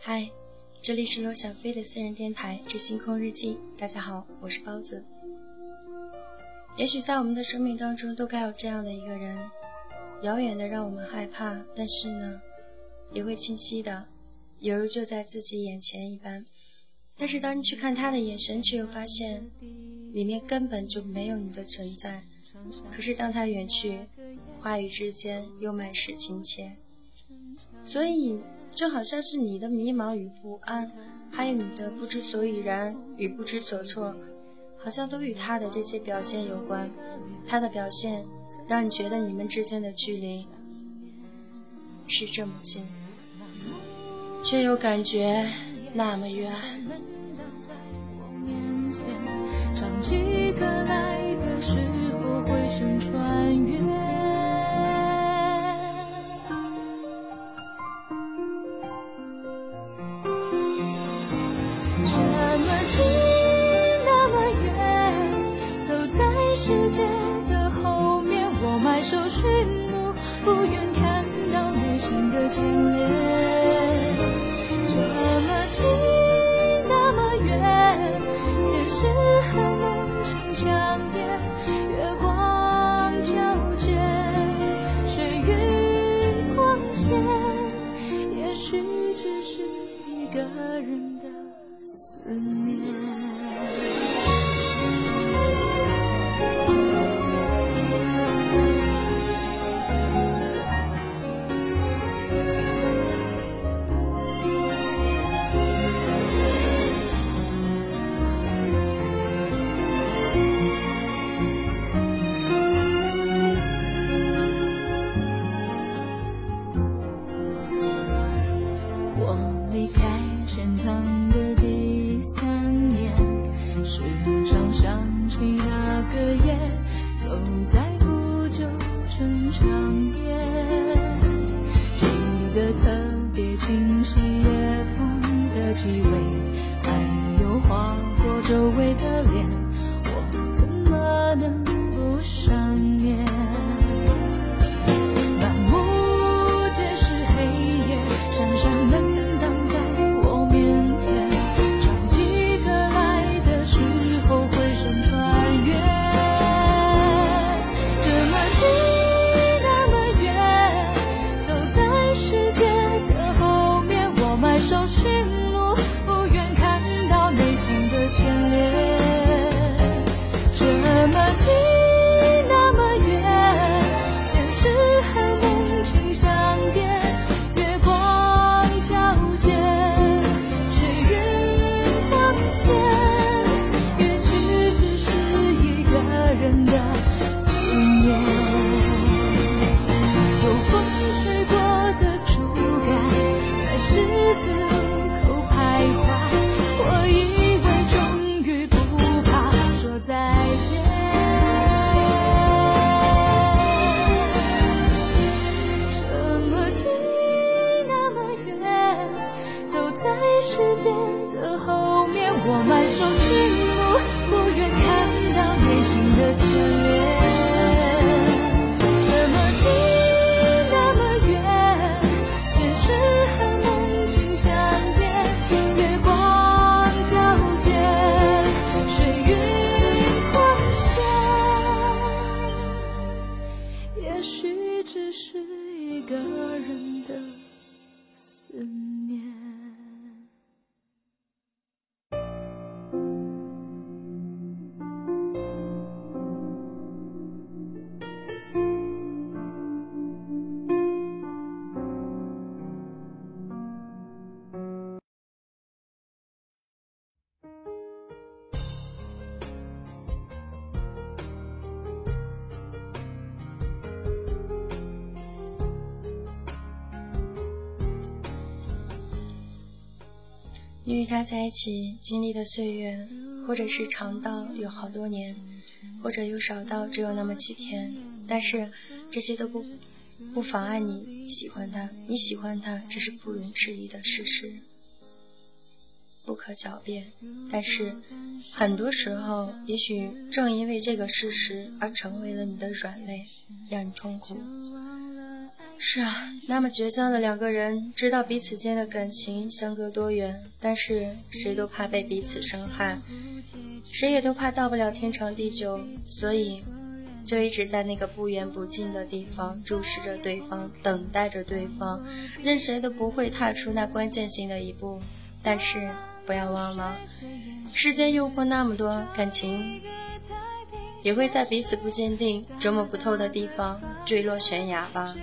嗨，这里是由小飞的私人电台致星空日记。大家好，我是包子。也许在我们的生命当中都该有这样的一个人，遥远的让我们害怕，但是呢也会清晰的犹如就在自己眼前一般。但是当你去看他的眼神，却又发现里面根本就没有你的存在。可是当他远去，话语之间又满是亲切。所以就好像是你的迷茫与不安，还有你的不知所以然与不知所措，好像都与他的这些表现有关。他的表现让你觉得你们之间的距离是这么近，却又感觉那么远。 唱起歌来的时候回声穿越，这么近那么远，走在世界的后面，我埋首寻路，不愿看到内心的牵连。这么近那么远，现实和梦境相连，月光皎洁，水云光线，也许只是一个人的思念。离开天堂的第3年，时常想起那个夜，走在古旧城长夜，记得特别清晰夜风的气味，还有划过周围的脸，我怎么能不想念？满目皆是黑夜，闪闪门我埋首寻路，不愿看到内心的牵连。这么近那么远，现实和梦境相连，月光皎洁，水云光线，也许只是一个人的思念。 你与他在一起经历的岁月，或者是长到有好多年，或者又少到只有那么几天，但是这些都不妨碍你喜欢他。你喜欢他，这是不容置疑的事实，不可狡辩。但是很多时候，也许正因为这个事实而成为了你的软肋，让你痛苦。 是啊，那么倔强的两个人，知道彼此间的感情相隔多远，但是谁都怕被彼此伤害，谁也都怕到不了天长地久，所以就一直在那个不远不近的地方注视着对方，等待着对方，任谁都不会踏出那关键性的一步。但是不要忘了，世间诱惑那么多，感情也会在彼此不坚定、琢磨不透的地方坠落悬崖吧。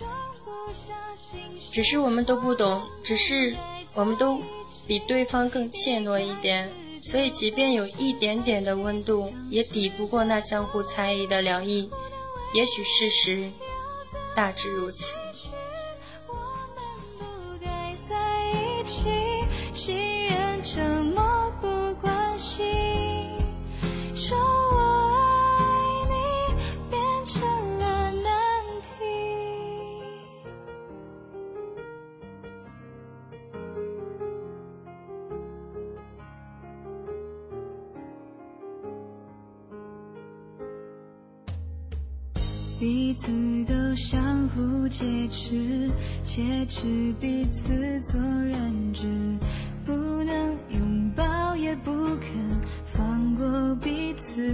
只是我们都不懂，只是我们都比对方更怯懦一点，所以即便有一点点的温度，也抵不过那相互猜疑的凉意。也许事实大致如此。 彼此都相互劫持，劫持彼此做人质，不能拥抱也不肯放过彼此，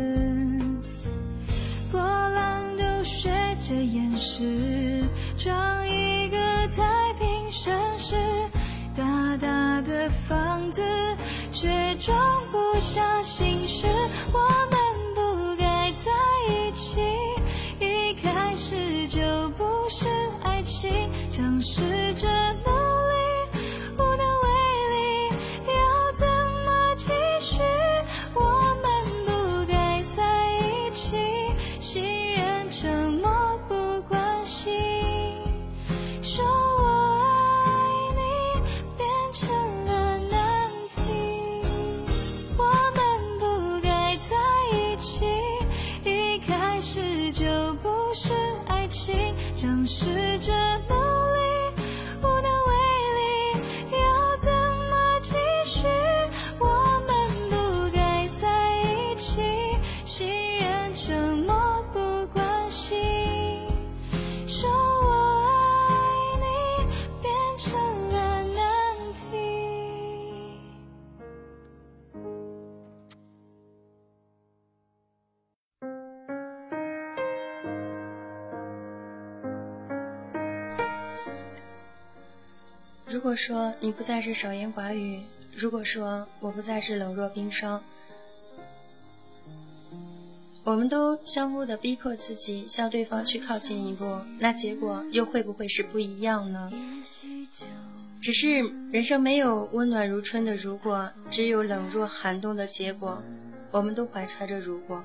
波浪都学着掩饰，装一个太平绅士，大大的房子却装不下心事，我们不该在一起，一开始就不是爱情，尝试着努力，无能为力，要怎么继续？我们不该在一起，信任沉默不关心，说我爱你变成了难题。我们不该在一起，一开始就不是爱情，尝试着努力，无能为力，要怎么继续？我们不该在一起，信任沉默不关心，说我爱你变成了难题。 如果说你不再是少言寡语，如果说我不再是冷若冰霜，我们都相互的逼迫自己向对方去靠近一步，那结果又会不会是不一样呢？只是人生没有温暖如春的如果，只有冷若寒冬的结果，我们都怀揣着如果。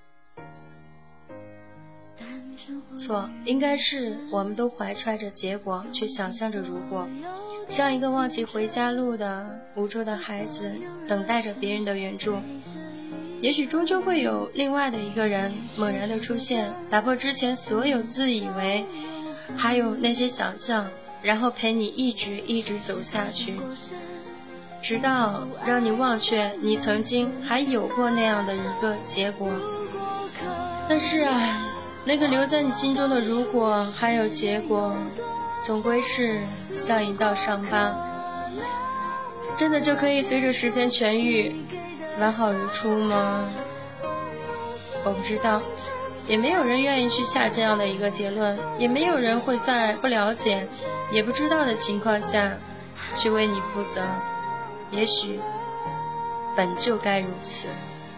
错，应该是我们都怀揣着结果，却想象着如果，像一个忘记回家路的无助的孩子，等待着别人的援助。也许终究会有另外的一个人猛然的出现，打破之前所有自以为还有那些想象，然后陪你一直走下去，直到让你忘却你曾经还有过那样的一个结果。但是啊，那个留在你心中的如果还有结果，总归是像一道伤疤，真的就可以随着时间痊愈完好如初吗？我不知道，也没有人愿意去下这样的一个结论，也没有人会在不了解也不知道的情况下去为你负责，也许本就该如此。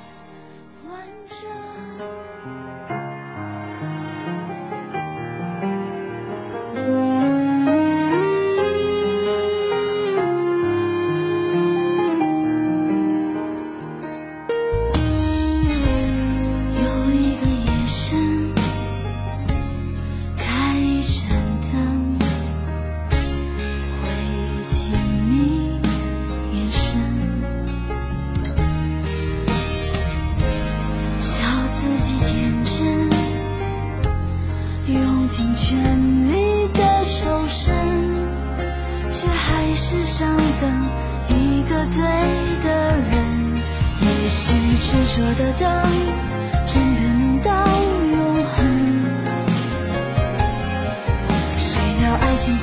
尽全力的求生，却还是想等一个对的人。也许执着的等，真的能到永恒。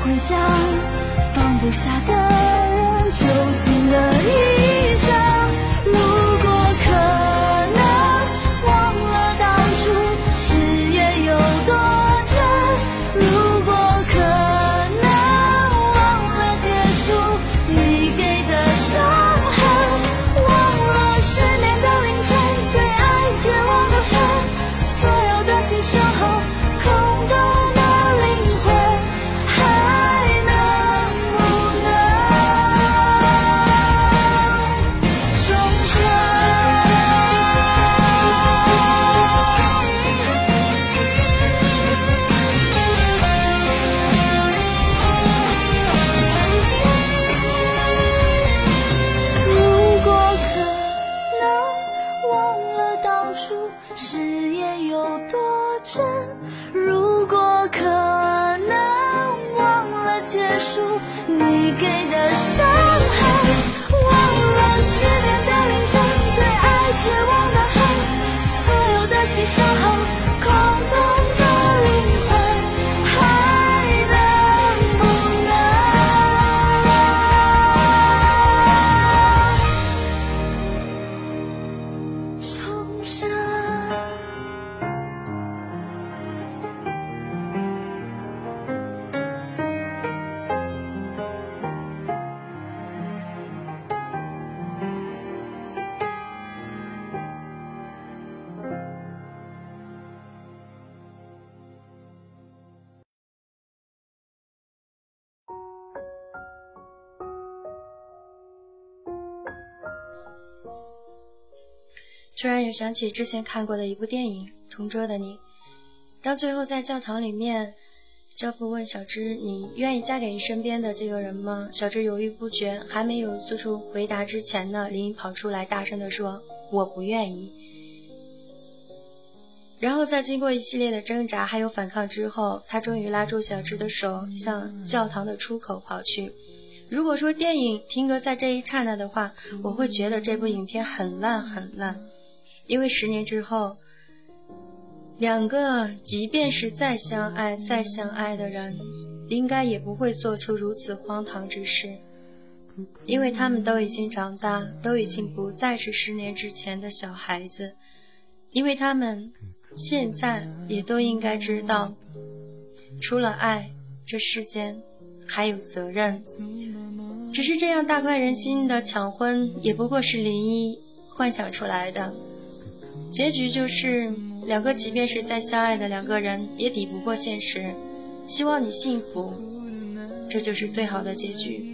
回家，放不下的人囚禁了一生。如果可能忘了当初誓言有多真，如果可能忘了结束你给的伤痕，忘了失眠的凌晨，对爱绝望的恨，所有的牺牲后空洞的灵魂，还能不能重生？如果可能忘了当初誓言有多真，如果可能忘了结束你给的伤痕，忘了失眠的凌晨，对爱绝望的恨，所有的牺牲后空洞的灵魂，还能不能重生？ 突然又想起之前看过的一部电影《同桌的你》，当最后在教堂里面，教父问小芝：“你愿意嫁给你身边的这个人吗？”小芝犹豫不决，还没有做出回答之前呢，林一跑出来大声地说：“我不愿意。”然后在经过一系列的挣扎还有反抗之后，他终于拉住小芝的手，向教堂的出口跑去。如果说电影停格在这一刹那的话，我会觉得这部影片很烂很烂。因为10年之后，两个即便是再相爱的人，应该也不会做出如此荒唐之事，因为他们都已经长大，都已经不再是10年之前的小孩子，因为他们现在也都应该知道，除了爱，这世间还有责任。只是这样大快人心的抢婚，也不过是林一幻想出来的。结局就是两个即便是再相爱的两个人也抵不过现实，希望你幸福，这就是最好的结局。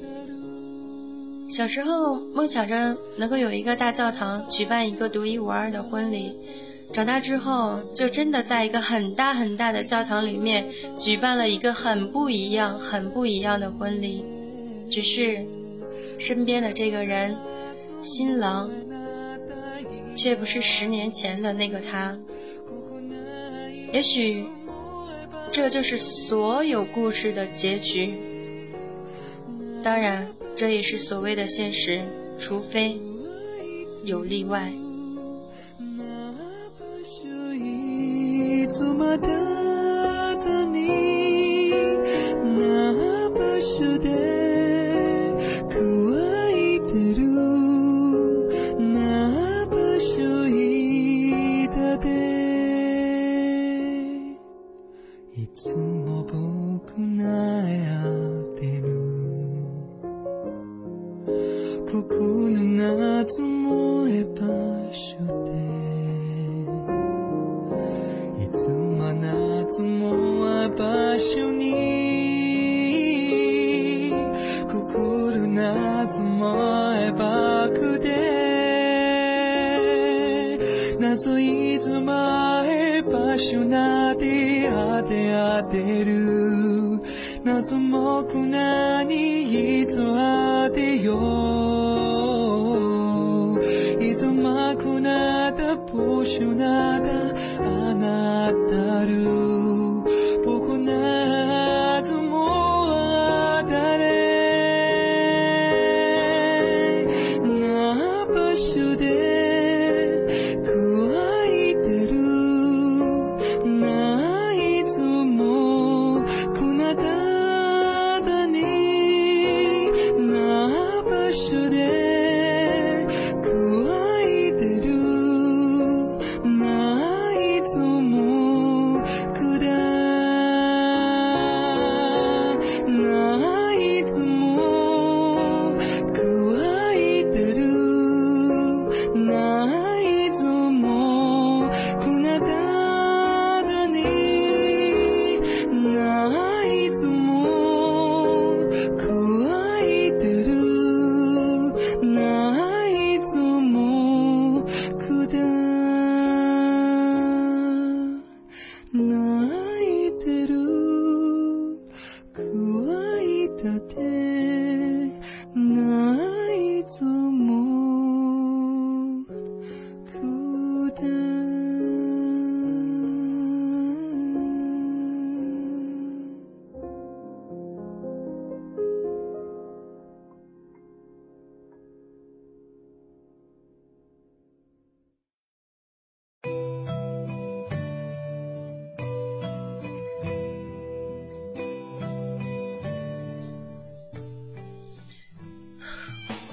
小时候梦想着能够有一个大教堂举办一个独一无二的婚礼，长大之后就真的在一个很大很大的教堂里面举办了一个很不一样的婚礼，只是身边的这个人，新郎却不是10年前的那个他。也许这就是所有故事的结局，当然这也是所谓的现实，除非有例外。 謎いつ前場所なで当てる謎もくなにいつ当てよういつまくなだぼしゅなだあなたる僕なずもあだれな場所で「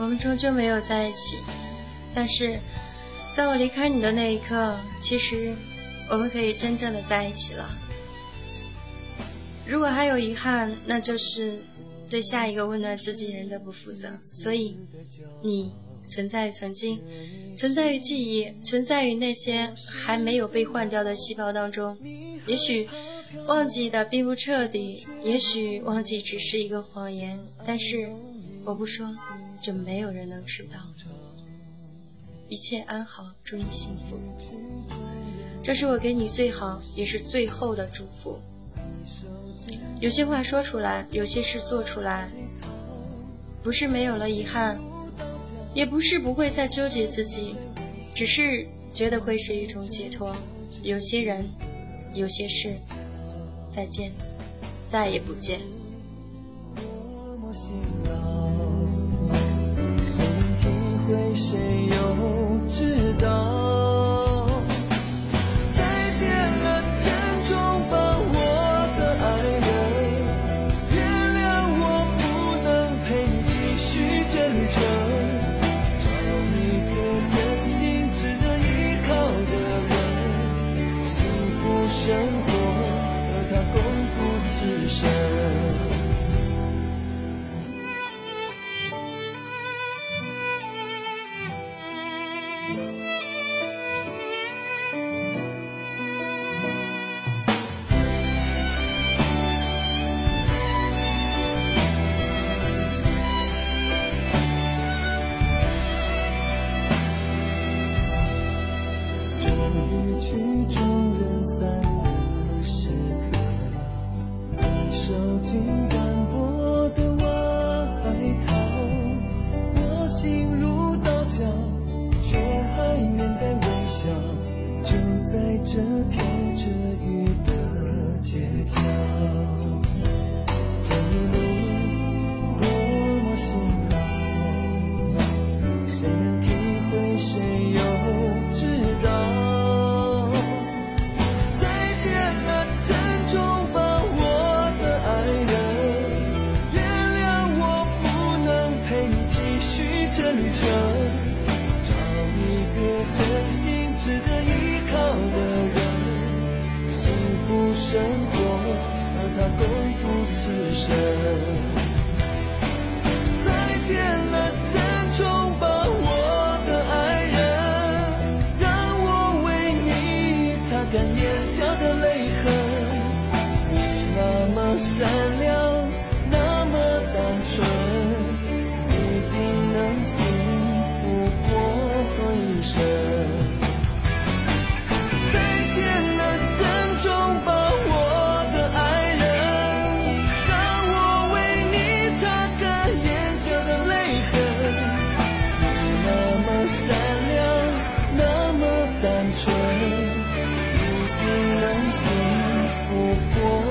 我们终究没有在一起。但是在我离开你的那一刻，其实我们可以真正的在一起了。如果还有遗憾，那就是对下一个温暖自己人的不负责。所以你存在于曾经，存在于记忆，存在于那些还没有被换掉的细胞当中。也许忘记的并不彻底，也许忘记只是一个谎言，但是我不说，就没有人能知道。一切安好，祝你幸福。这是我给你最好也是最后的祝福。有些话说出来，有些事做出来，不是没有了遗憾，也不是不会再纠结自己，只是觉得会是一种解脱。有些人，有些事，再见，再也不见。 谁能体会，谁又知道？再见了，珍重吧，我的爱人。原谅我不能陪你继续这旅程，找一个真心值得依靠的人，幸福生活和他共度此生。一曲终人散的时刻，一首情单薄的外套，我心如刀绞，却还面带微笑，就在这飘着雨的街角。这一路多么辛劳，谁能体会，谁又知道？生活和他共度此生。再见了，珍重吧，我的爱人，让我为你擦干眼角的泪痕。你那么善良，那么单纯，一定能幸福过一生。单纯，一定能幸福过